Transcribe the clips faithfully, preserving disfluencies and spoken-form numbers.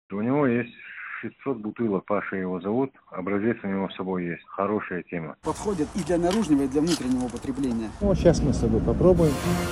У него есть шестьсот бутылок, Паша его зовут, образец у него с собой есть, хорошая тема. Подходит и для наружного, и для внутреннего употребления. Вот сейчас мы с тобой попробуем.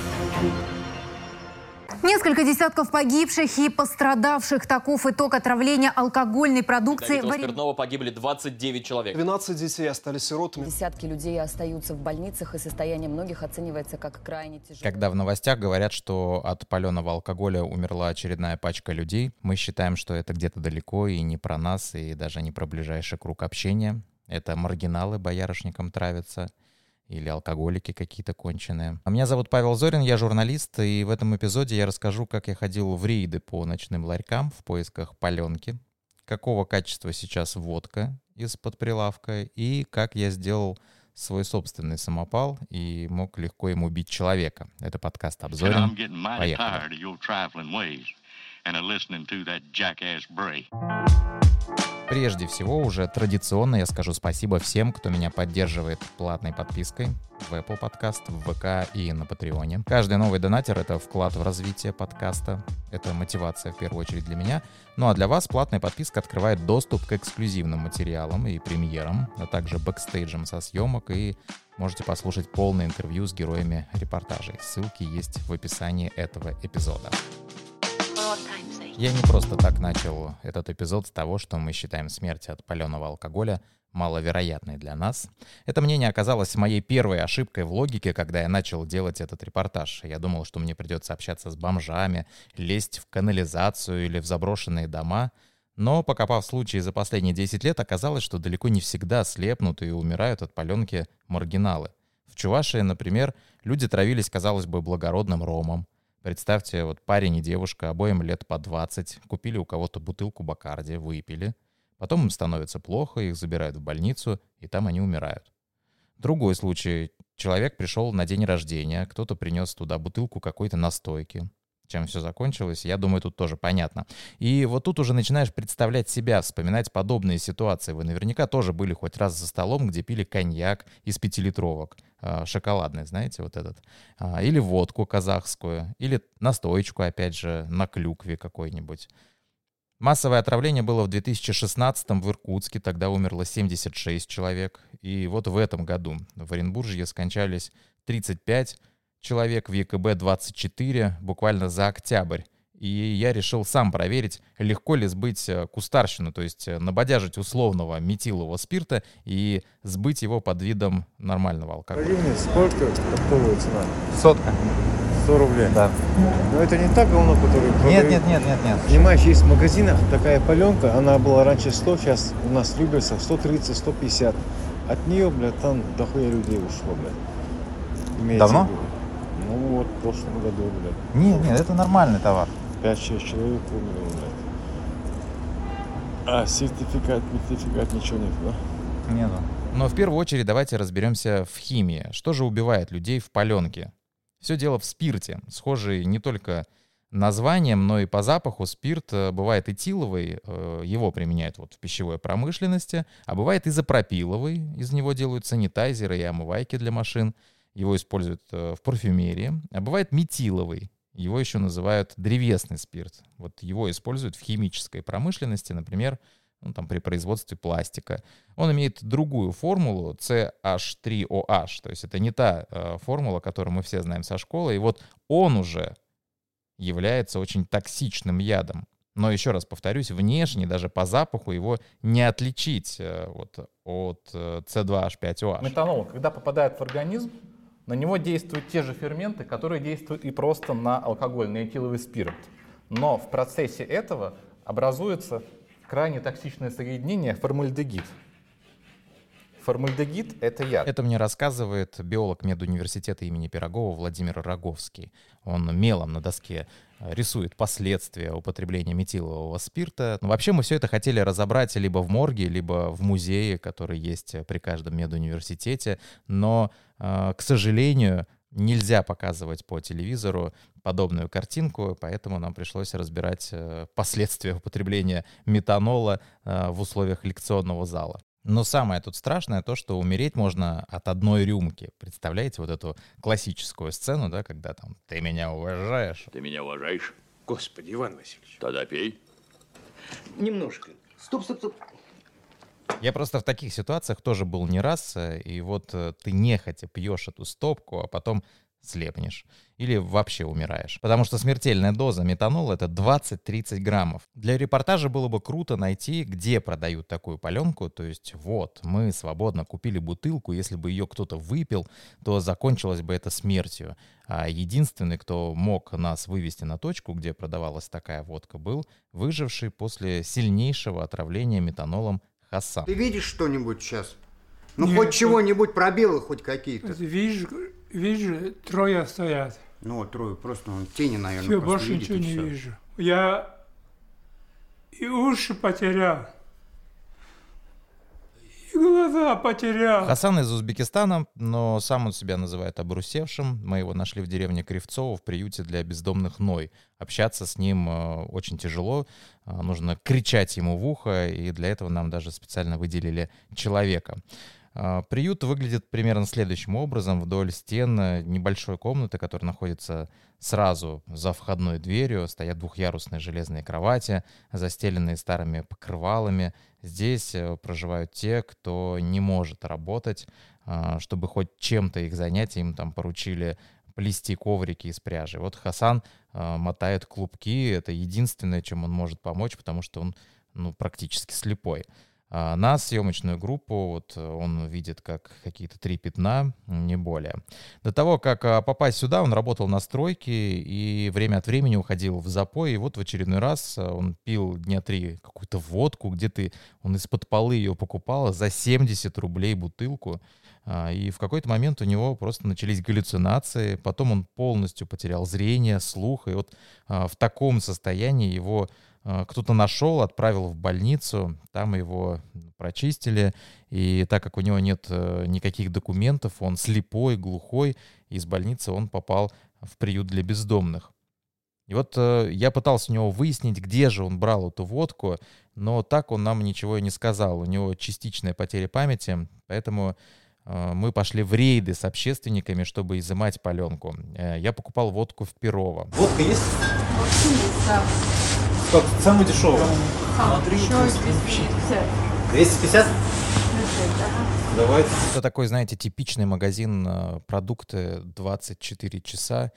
Несколько десятков погибших и пострадавших. Таков итог отравления алкогольной продукции. Из-за спиртного погибли двадцать девять человек. двенадцать детей остались сиротами. Десятки людей остаются в больницах, и состояние многих оценивается как крайне тяжелое. Когда в новостях говорят, что от паленого алкоголя умерла очередная пачка людей, мы считаем, что это где-то далеко и не про нас, и даже не про ближайший круг общения. Это маргиналы боярышникам травятся. Или алкоголики какие-то конченые. Меня зовут Павел Зорин, я журналист, и в этом эпизоде я расскажу, как я ходил в рейды по ночным ларькам в поисках паленки, какого качества сейчас водка из-под прилавка, и как я сделал свой собственный самопал и мог легко им убить человека. Это подкаст «Обзорин». Поехали. Прежде всего, уже традиционно я скажу спасибо всем, кто меня поддерживает платной подпиской в Apple Podcast, в вэ ка и на Патреоне. Каждый новый донатер — это вклад в развитие подкаста, это мотивация в первую очередь для меня. Ну а для вас платная подписка открывает доступ к эксклюзивным материалам и премьерам, а также бэкстейджам со съемок, и можете послушать полное интервью с героями репортажей. Ссылки есть в описании этого эпизода. Я не просто так начал этот эпизод с того, что мы считаем смерть от паленого алкоголя маловероятной для нас. Это мнение оказалось моей первой ошибкой в логике, когда я начал делать этот репортаж. Я думал, что мне придется общаться с бомжами, лезть в канализацию или в заброшенные дома. Но, покопав случаи за последние десять лет, оказалось, что далеко не всегда слепнут и умирают от паленки маргиналы. В Чувашии, например, люди травились, казалось бы, благородным ромом. Представьте, вот парень и девушка, обоим лет по двадцать, купили у кого-то бутылку Бакарди, выпили. Потом им становится плохо, их забирают в больницу, и там они умирают. Другой случай. Человек пришел на день рождения, кто-то принес туда бутылку какой-то настойки. Чем все закончилось, я думаю, тут тоже понятно. И вот тут уже начинаешь представлять себя, вспоминать подобные ситуации. Вы наверняка тоже были хоть раз за столом, где пили коньяк из пятилитровок. Э, шоколадный, знаете, вот этот. Э, или водку казахскую, или настоечку, опять же, на клюкве какой-нибудь. Массовое отравление было в две тысячи шестнадцатом в Иркутске, тогда умерло семьдесят шесть человек. И вот в этом году в Оренбуржье скончались тридцать пять человек, в е ка бэ двадцать четыре, буквально за октябрь. И я решил сам проверить, легко ли сбыть кустарщину, то есть набодяжить условного метилового спирта и сбыть его под видом нормального алкоголя. Один сколько оптовая цена? Сотка. сто рублей. Да. Но это не та говно, которую продают. Нет, нет, нет, нет, нет. Понимаешь, есть в магазинах такая паленка, она была раньше сто, сейчас у нас в Люберцах сто тридцать - сто пятьдесят. От нее, блядь, там дохуя людей ушло, блядь. Имеется Давно? в виду. Ну вот, в прошлом году, блядь. Нет, нет, это нормальный товар. пять-шесть человек умерло, блядь. А сертификат, сертификат, ничего нет, да? Нету. Но в первую очередь давайте разберемся в химии. Что же убивает людей в паленке? Все дело в спирте. Схожий не только названием, но и по запаху спирт бывает этиловый, его применяют вот в пищевой промышленности, а бывает изопропиловый, из него делают санитайзеры и омывайки для машин. Его используют в парфюмерии. А бывает метиловый. Его еще называют древесный спирт. Вот его используют в химической промышленности, например, ну, там, при производстве пластика. Он имеет другую формулу си эйч три о эйч. То есть это не та э, формула, которую мы все знаем со школы. И вот он уже является очень токсичным ядом. Но еще раз повторюсь, внешне, даже по запаху, его не отличить э, вот, от э, си два эйч пять о эйч. Метанол, когда попадает в организм, на него действуют те же ферменты, которые действуют и просто на алкоголь, на этиловый спирт. Но в процессе этого образуется крайне токсичное соединение формальдегид. Формальдегид — это яд. Это мне рассказывает биолог медуниверситета имени Пирогова Владимир Роговский. Он мелом на доске рисует последствия употребления метилового спирта. Но вообще мы все это хотели разобрать либо в морге, либо в музее, который есть при каждом медуниверситете. Но, к сожалению, нельзя показывать по телевизору подобную картинку, поэтому нам пришлось разбирать последствия употребления метанола в условиях лекционного зала. Но самое тут страшное то, что умереть можно от одной рюмки. Представляете вот эту классическую сцену, да, когда там «ты меня уважаешь». Ты меня уважаешь? Господи, Иван Васильевич. Тогда пей. немножко. Стоп, стоп, стоп. Я просто в таких ситуациях тоже был не раз, и вот ты нехотя пьешь эту стопку, а потом слепнешь или вообще умираешь. Потому что смертельная доза метанола — это двадцать-тридцать граммов. Для репортажа было бы круто найти, где продают такую паленку. То есть вот, мы свободно купили бутылку, если бы ее кто-то выпил, то закончилось бы это смертью. А единственный, кто мог нас вывести на точку, где продавалась такая водка, был выживший после сильнейшего отравления метанолом Хасан. Ты видишь что-нибудь сейчас? Ну, Нет, хоть чего-нибудь пробелы, хоть какие-то. Вижу, вижу, трое стоят. Ну, трое, просто он тени, наверное, все, больше видит, ничего не все. Вижу. Я и уши потерял, и глаза потерял. Хасан из Узбекистана, но сам он себя называет обрусевшим. Мы его нашли в деревне Кривцово в приюте для бездомных Ной. Общаться с ним э, очень тяжело, э, нужно кричать ему в ухо, и для этого нам даже специально выделили человека. Приют выглядит примерно следующим образом. Вдоль стен небольшой комнаты, которая находится сразу за входной дверью, стоят двухъярусные железные кровати, застеленные старыми покрывалами. Здесь проживают те, кто не может работать, чтобы хоть чем-то их занять. Им там поручили плести коврики из пряжи. Вот Хасан мотает клубки. Это единственное, чем он может помочь, потому что он ну, практически слепой. Нас, съемочную группу, вот он видит как какие-то три пятна, не более. До того, как попасть сюда, он работал на стройке и время от времени уходил в запой. И вот в очередной раз он пил дня три какую-то водку, где-то он из-под полы ее покупал за семьдесят рублей бутылку. И в какой-то момент у него просто начались галлюцинации. Потом он полностью потерял зрение, слух. И вот в таком состоянии его кто-то нашел, отправил в больницу, там его прочистили, и так как у него нет никаких документов, он слепой, глухой, из больницы он попал в приют для бездомных. И вот я пытался у него выяснить, где же он брал эту водку, но так он нам ничего и не сказал. У него частичная потеря памяти, поэтому мы пошли в рейды с общественниками, чтобы изымать паленку. Я покупал водку в Перово. Водка есть? Водка есть, да. Сколько? Самый дешевый? Самый дешевый, двести пятьдесят. двести пятьдесят? Давайте. Это такой, знаете, типичный магазин продукты двадцать четыре часа,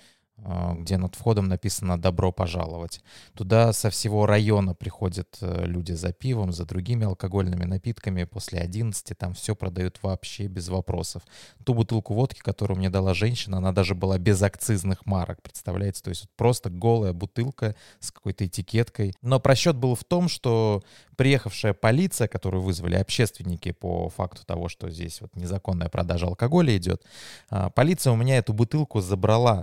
где над входом написано «Добро пожаловать». Туда со всего района приходят люди за пивом, за другими алкогольными напитками. После одиннадцати там все продают вообще без вопросов. Ту бутылку водки, которую мне дала женщина, она даже была без акцизных марок, представляете? То есть просто голая бутылка с какой-то этикеткой. Но просчет был в том, что приехавшая полиция, которую вызвали общественники по факту того, что здесь вот незаконная продажа алкоголя идет, полиция у меня эту бутылку забрала.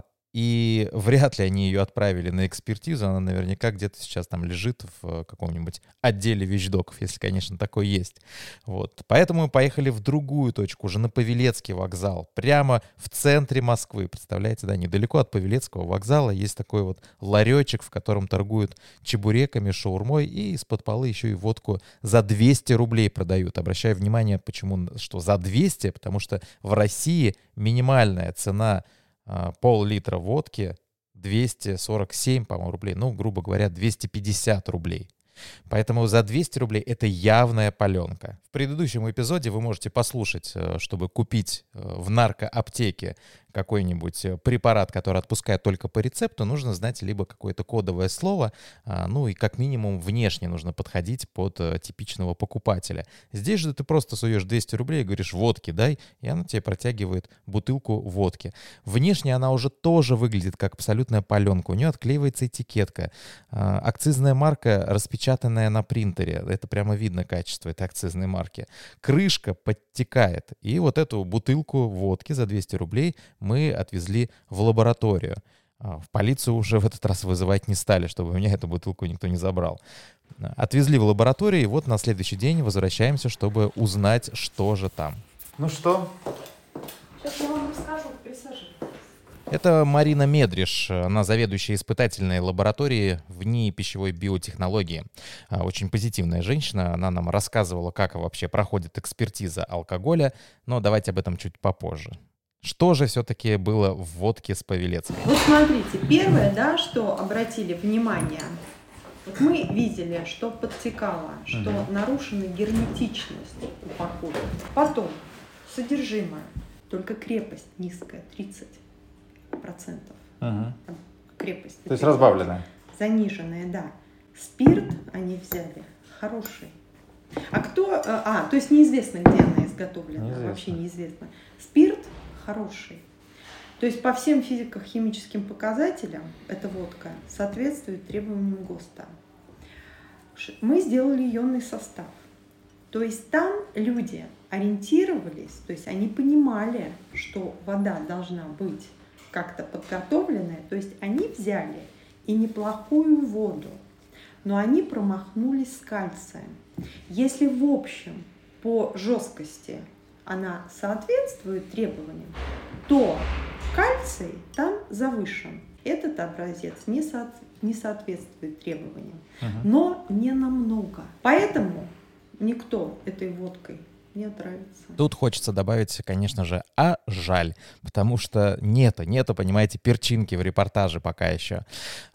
И вряд ли они ее отправили на экспертизу. Она наверняка где-то сейчас там лежит в каком-нибудь отделе вещдоков, если, конечно, такой есть. Вот. Поэтому мы поехали в другую точку, уже на Павелецкий вокзал, прямо в центре Москвы. Представляете, да, недалеко от Павелецкого вокзала есть такой вот ларечек, в котором торгуют чебуреками, шаурмой, и из-под полы еще и водку за двести рублей продают. Обращаю внимание, почему, что за двести, потому что в России минимальная цена пол-литра водки двести сорок семь, по-моему, рублей. Ну, грубо говоря, двести пятьдесят рублей. Поэтому за двести рублей это явная паленка. В предыдущем эпизоде вы можете послушать, чтобы купить в наркоаптеке какой-нибудь препарат, который отпускает только по рецепту, нужно знать либо какое-то кодовое слово, ну и как минимум внешне нужно подходить под типичного покупателя. Здесь же ты просто суешь двести рублей и говоришь «водки дай», и она тебе протягивает бутылку водки. Внешне она уже тоже выглядит как абсолютная паленка. У нее отклеивается этикетка. Акцизная марка, распечатанная на принтере. Это прямо видно качество этой акцизной марки. Крышка подтекает. И вот эту бутылку водки за двести рублей мы отвезли в лабораторию. В полицию уже в этот раз вызывать не стали, чтобы у меня эту бутылку никто не забрал. Отвезли в лабораторию, и вот на следующий день возвращаемся, чтобы узнать, что же там. Ну что? Сейчас я вам расскажу, присаживайтесь. Это Марина Медриш, она заведующая испытательной лабораторией в НИИ пищевой биотехнологии. Очень позитивная женщина, она нам рассказывала, как вообще проходит экспертиза алкоголя, но давайте об этом чуть попозже. Что же все-таки было в водке с Павелецкой? Вот смотрите, первое, да, что обратили внимание, Вот мы видели, что подтекало, что угу. нарушена герметичность упаковки. Потом содержимое, только крепость низкая, тридцать процентов. Угу. Крепость. То есть разбавленная? Заниженная, да. Спирт они взяли хороший. А кто... А, то есть неизвестно, где она изготовлена. Неизвестно. Вообще неизвестно. Спирт хороший. То есть по всем физико-химическим показателям эта водка соответствует требованиям ГОСТа. Мы сделали ионный состав. То есть там люди ориентировались, то есть они понимали, что вода должна быть как-то подготовленная. То есть они взяли и неплохую воду, но они промахнулись с кальцием. Если в общем по жесткости она соответствует требованиям, то кальций там завышен. Этот образец не, со, не соответствует требованиям, uh-huh. но не намного. Поэтому никто этой водкой не отравится. Тут хочется добавить, конечно же, а жаль, потому что нету, нету, понимаете, перчинки в репортаже пока еще.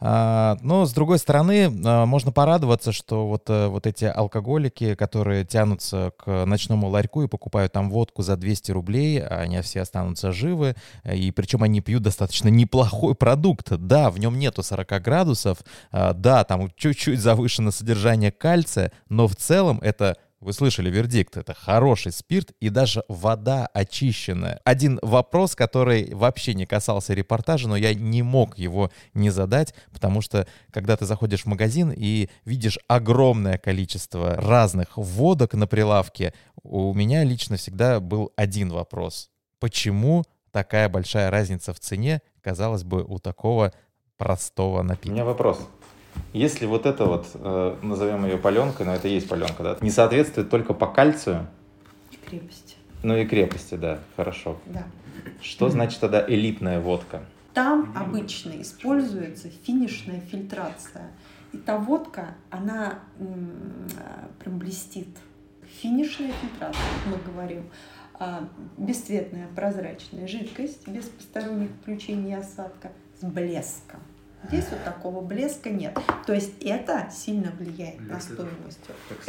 А, но, с другой стороны, а, можно порадоваться, что вот, а, вот эти алкоголики, которые тянутся к ночному ларьку и покупают там водку за двести рублей, они все останутся живы, и причем они пьют достаточно неплохой продукт. Да, в нем нету сорок градусов, а, да, там чуть-чуть завышено содержание кальция, но в целом это... Вы слышали вердикт, это хороший спирт и даже вода очищенная. Один вопрос, который вообще не касался репортажа, но я не мог его не задать, потому что когда ты заходишь в магазин и видишь огромное количество разных водок на прилавке, у меня лично всегда был один вопрос. Почему такая большая разница в цене, казалось бы, у такого простого напитка? У меня вопрос. Если вот это вот, э, назовем ее паленкой, но это и есть паленка, да, не соответствует только по кальцию? И крепости. Ну и крепости, да, хорошо. Да. Что mm-hmm. значит тогда элитная водка? Там обычно используется финишная фильтрация. И та водка, она м- прям блестит. Финишная фильтрация, мы говорим. А, бесцветная прозрачная жидкость, без посторонних включений и осадка, с блеском. Здесь вот такого блеска нет. То есть это сильно влияет на стоимость.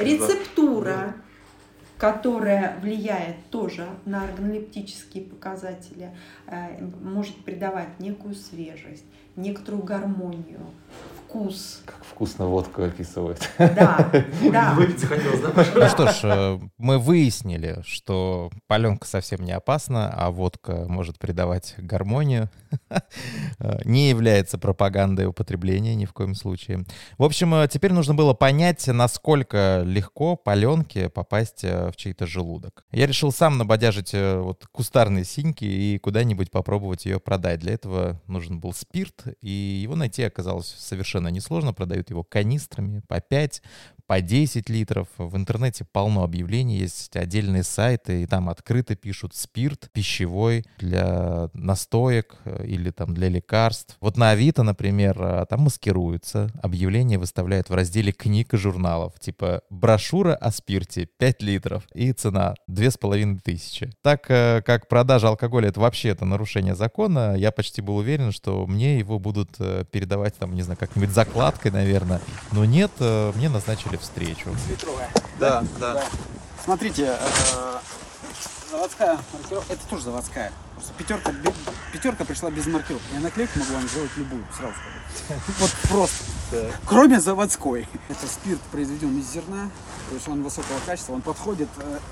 Рецептура, которая влияет тоже на органолептические показатели, может придавать некую свежесть, некоторую гармонию, вкус. Как вкусно водку описывают. Да, да. Выпить захотелось, да? Ну что ж, мы выяснили, что паленка совсем не опасна, а водка может придавать гармонию. Не является пропагандой употребления ни в коем случае. В общем, теперь нужно было понять, насколько легко паленке попасть в чей-то желудок. Я решил сам набодяжить вот кустарные синьки и куда-нибудь попробовать ее продать. Для этого нужен был спирт, и его найти оказалось совершенно несложно. Продают его канистрами по пять, по десять литров. В интернете полно объявлений, есть отдельные сайты, и там открыто пишут спирт пищевой для настоек или там для лекарств. Вот на Авито, например, там маскируются, объявления выставляют в разделе книг и журналов, типа брошюра о спирте пять литров и цена две с половиной тысячи. Так как продажа алкоголя — это вообще это нарушение закона, я почти был уверен, что мне его будут передавать там, не знаю, как-нибудь закладкой, наверное. Но нет, мне назначили встречу. Литровая. Да, да. да. Смотрите, э, заводская маркировка, это тоже заводская. Просто пятерка, пятерка пришла без маркировки. Я наклейку могу вам сделать любую, сразу скажу. Вот просто. Кроме заводской. Это спирт произведен из зерна, то есть он высокого качества, он подходит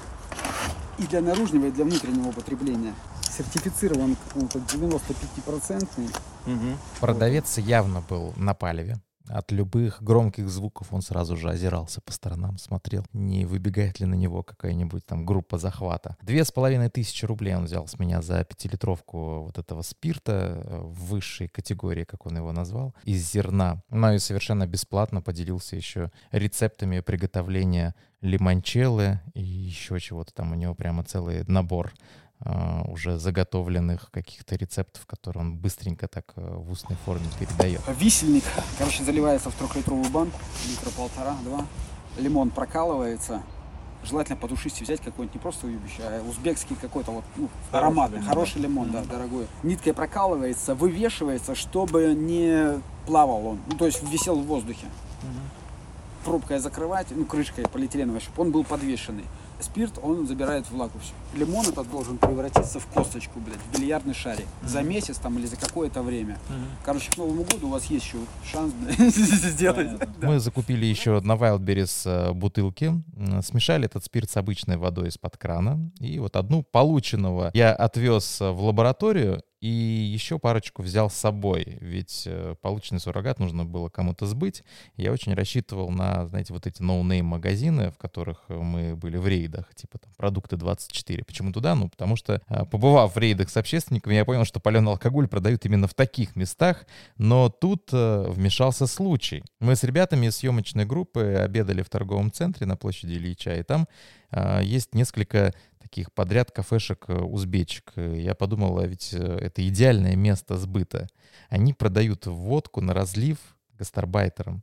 и для наружного, и для внутреннего употребления. Сертифицирован какой-то девяносто пять процентов. Угу. Продавец явно был на палеве. От любых громких звуков он сразу же озирался по сторонам, смотрел, не выбегает ли на него какая-нибудь там группа захвата. Две с половиной тысячи рублей он взял с меня за пятилитровку вот этого спирта в высшей категории, как он его назвал, из зерна. Ну и совершенно бесплатно поделился еще рецептами приготовления лимончелло и еще чего-то там. У него прямо целый набор Uh, уже заготовленных каких-то рецептов, которые он быстренько так uh, в устной форме передает. Висельник, короче, заливается в трехлитровую банку, литра полтора-два. Лимон прокалывается. Желательно по душисти взять какой-нибудь, не просто уебище, а узбекский какой-то вот, ну, ароматный, хороший лимон, да, дорогой. Ниткой прокалывается, вывешивается, чтобы не плавал он, ну, то есть висел в воздухе. пробкой закрывать, ну, крышкой полиэтиленовой, чтобы он был подвешенный. Спирт он забирает влагу всю. Лимон этот должен превратиться в косточку, блядь, в бильярдный шарик. Mm-hmm. За месяц там или за какое-то время. Mm-hmm. Короче, к Новому году у вас есть еще шанс, блядь, сделать. Мы закупили еще на Wildberries бутылки, смешали этот спирт с обычной водой из-под крана. И вот одну полученного я отвез в лабораторию, и еще парочку взял с собой, ведь полученный суррогат нужно было кому-то сбыть. Я очень рассчитывал на, знаете, вот эти ноунейм-магазины, в которых мы были в рейдах, типа там «Продукты двадцать четыре». Почему туда? Ну, потому что, побывав в рейдах с общественниками, я понял, что паленый алкоголь продают именно в таких местах, но тут вмешался случай. Мы с ребятами из съемочной группы обедали в торговом центре на площади Ильича, и там есть несколько таких подряд кафешек узбечек. Я подумал, а ведь это идеальное место сбыта. Они продают водку на разлив гастарбайтерам.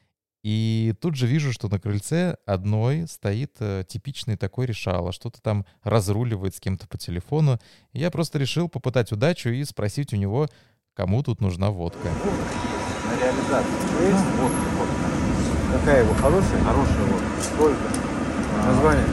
И тут же вижу, что на крыльце одной стоит типичный такой решала, что-то там разруливает с кем-то по телефону. И я просто решил попытать удачу и спросить у него, кому тут нужна водка. На реализацию есть водка, водка. Какая его? Хорошая? Хорошая водка. Сколько? Название?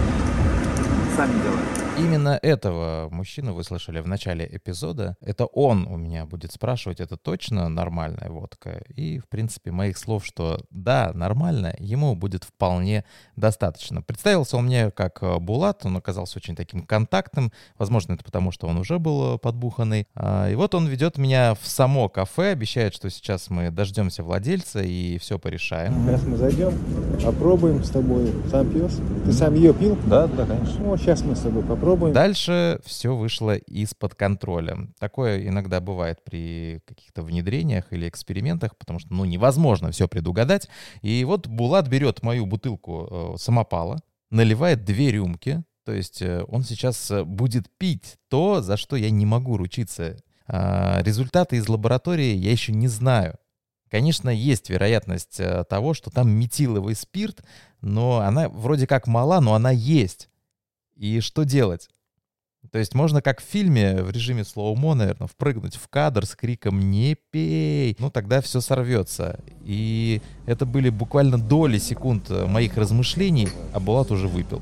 Сами делаем. Именно этого мужчину вы слышали в начале эпизода. Это он у меня будет спрашивать, это точно нормальная водка? И, в принципе, моих слов, что да, нормально, ему будет вполне достаточно. Представился он мне как Булат, он оказался очень таким контактным. Возможно, это потому, что он уже был подбуханный. И вот он ведет меня в само кафе, обещает, что сейчас мы дождемся владельца и все порешаем. Сейчас мы зайдем, попробуем с тобой. Сам пьешь? Ты сам ее пил? Да, да, конечно. Ну, сейчас мы с тобой попробуем. Дальше все вышло из-под контроля. Такое иногда бывает при каких-то внедрениях или экспериментах, потому что, ну, невозможно все предугадать. И вот Булат берет мою бутылку э, самопала, наливает две рюмки, то есть э, он сейчас будет пить то, за что я не могу ручиться. Э, результаты из лаборатории я еще не знаю. Конечно, есть вероятность э, того, что там метиловый спирт, но она вроде как мала, но она есть. И что делать? То есть можно, как в фильме, в режиме слоумо, наверное, впрыгнуть в кадр с криком «Не пей!». Ну, тогда все сорвется. И это были буквально доли секунд моих размышлений, а Булат уже выпил.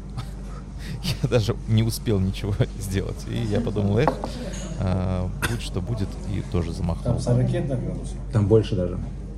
Я даже не успел ничего сделать. И я подумал, эх, а, будь что будет, и тоже замахнулся. Там сорок градусов? Там больше даже.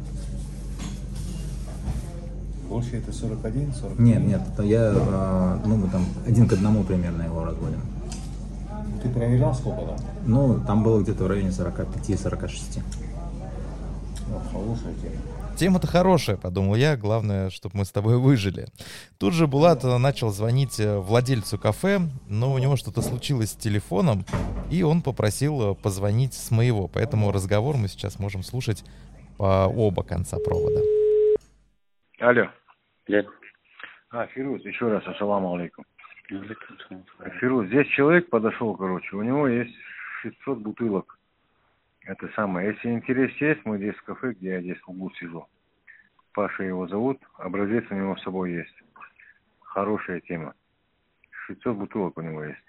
Больше это сорок один, сорок? Нет, нет, это я, а, ну, мы там один к одному примерно его разводим. Ты проверял сколько там? Ну, там было где-то в районе сорок пять - сорок шесть. Ну, хорошая тема. Тема-то хорошая, подумал я, главное, чтобы мы с тобой выжили. Тут же Булат начал звонить владельцу кафе, но у него что-то случилось с телефоном, и он попросил позвонить с моего, поэтому разговор мы сейчас можем слушать по оба конца провода. Алло. Нет. А, Фируз, еще раз, ассаламу алейкум. Фируз, здесь человек подошел, короче, у него есть шестьсот бутылок. Это самое. Если интерес есть, мы здесь в кафе, где я здесь в углу сижу. Паша его зовут, образец у него с собой есть. Хорошая тема. шестьсот бутылок у него есть.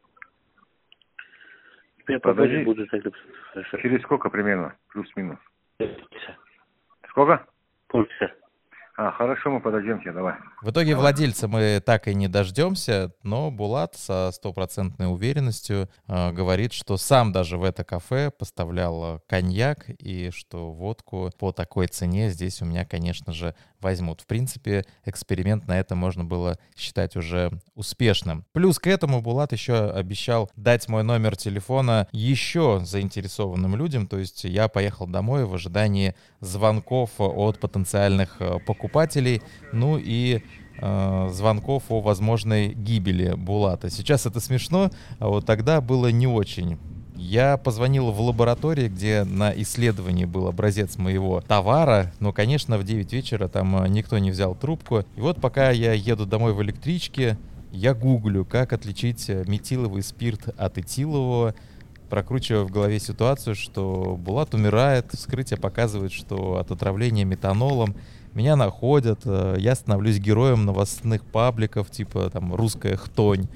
Я попозже буду тогда. Хорошо. Через сколько примерно? Плюс-минус. Сколько? Полчаса. А, хорошо, мы подождем тебя, давай. В итоге владельца мы так и не дождемся, но Булат со стопроцентной уверенностью э, говорит, что сам даже в это кафе поставлял коньяк и что водку по такой цене здесь у меня, конечно же, возьмут. В принципе, эксперимент на это можно было считать уже успешным. Плюс к этому Булат еще обещал дать мой номер телефона еще заинтересованным людям, то есть я поехал домой в ожидании звонков от потенциальных покупателей, ну и э, звонков о возможной гибели Булата. Сейчас это смешно, а вот тогда было не очень. Я позвонил в лабораторию, где на исследовании был образец моего товара, но, конечно, в девять вечера там никто не взял трубку. И вот пока я еду домой в электричке, я гуглю, как отличить метиловый спирт от этилового, прокручивая в голове ситуацию, что Булат умирает, вскрытие показывает, что от отравления метанолом. Меня находят, я становлюсь героем новостных пабликов, типа там «Русская хтонь».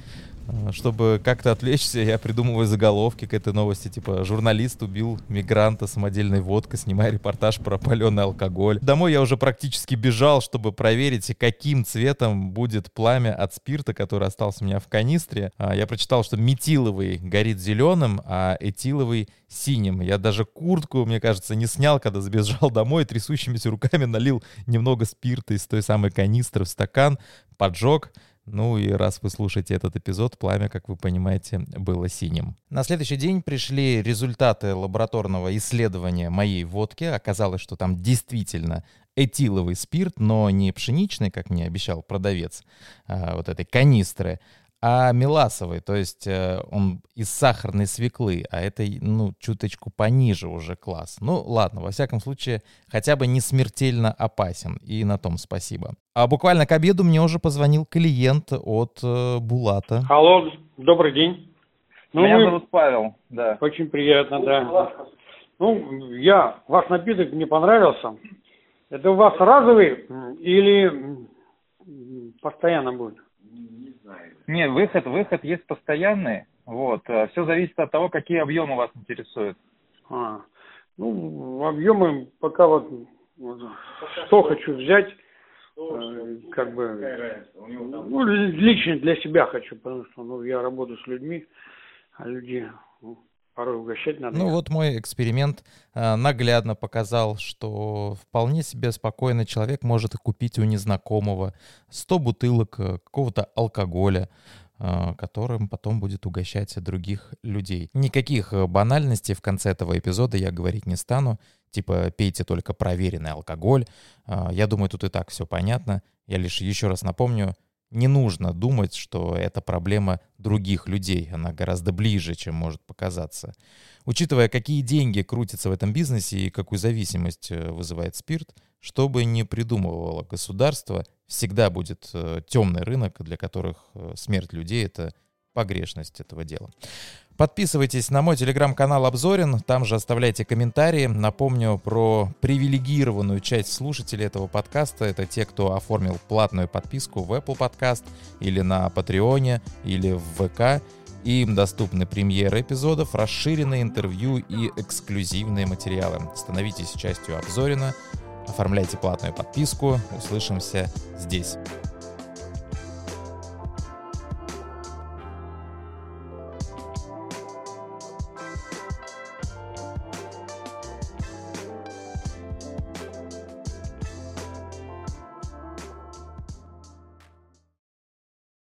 Чтобы как-то отвлечься, я придумываю заголовки к этой новости, типа «Журналист убил мигранта самодельной водкой, снимая репортаж про паленый алкоголь». Домой я уже практически бежал, чтобы проверить, каким цветом будет пламя от спирта, который остался у меня в канистре. Я прочитал, что метиловый горит зеленым, а этиловый синим. Я даже куртку, мне кажется, не снял, когда забежал домой, трясущимися руками налил немного спирта из той самой канистры в стакан, поджег. Ну и раз вы слушаете этот эпизод, пламя, как вы понимаете, было синим. На следующий день пришли результаты лабораторного исследования моей водки. Оказалось, что там действительно этиловый спирт, но не пшеничный, как мне обещал продавец а, вот этой канистры, а меласовый, то есть э, он из сахарной свеклы, а это, ну, чуточку пониже уже класс. Ну, ладно, во всяком случае, хотя бы не смертельно опасен, и на том спасибо. А буквально к обеду мне уже позвонил клиент от э, Булата. Алло, добрый день. Ну, Меня вы... зовут Павел, да. Очень приятно, да. Ну, я, ваш напиток мне понравился. Это у вас разовый или постоянно будет? Нет, выход, выход есть постоянный. Вот. Все зависит от того, какие объемы вас интересуют. А, ну, объемы пока вот, вот что хочу взять, э, как бы, ну, лично для себя хочу, потому что, ну, я работаю с людьми, а люди, ну, порой угощать надо. Ну вот мой эксперимент э, наглядно показал, что вполне себе спокойно человек может купить у незнакомого сто бутылок э, какого-то алкоголя, э, которым потом будет угощать других людей. Никаких банальностей в конце этого эпизода я говорить не стану, типа пейте только проверенный алкоголь. Э, я думаю, тут и так все понятно. Я лишь еще раз напомню, не нужно думать, что это проблема других людей. Она гораздо ближе, чем может показаться. Учитывая, какие деньги крутятся в этом бизнесе и какую зависимость вызывает спирт, что бы ни придумывало государство, всегда будет темный рынок, для которых смерть людей — это погрешность этого дела. Подписывайтесь на мой телеграм-канал Обзорин, там же оставляйте комментарии. Напомню про привилегированную часть слушателей этого подкаста. Это те, кто оформил платную подписку в Apple Podcast или на Патреоне, или в ВК. Им доступны премьеры эпизодов, расширенные интервью и эксклюзивные материалы. Становитесь частью Обзорина, оформляйте платную подписку. Услышимся здесь.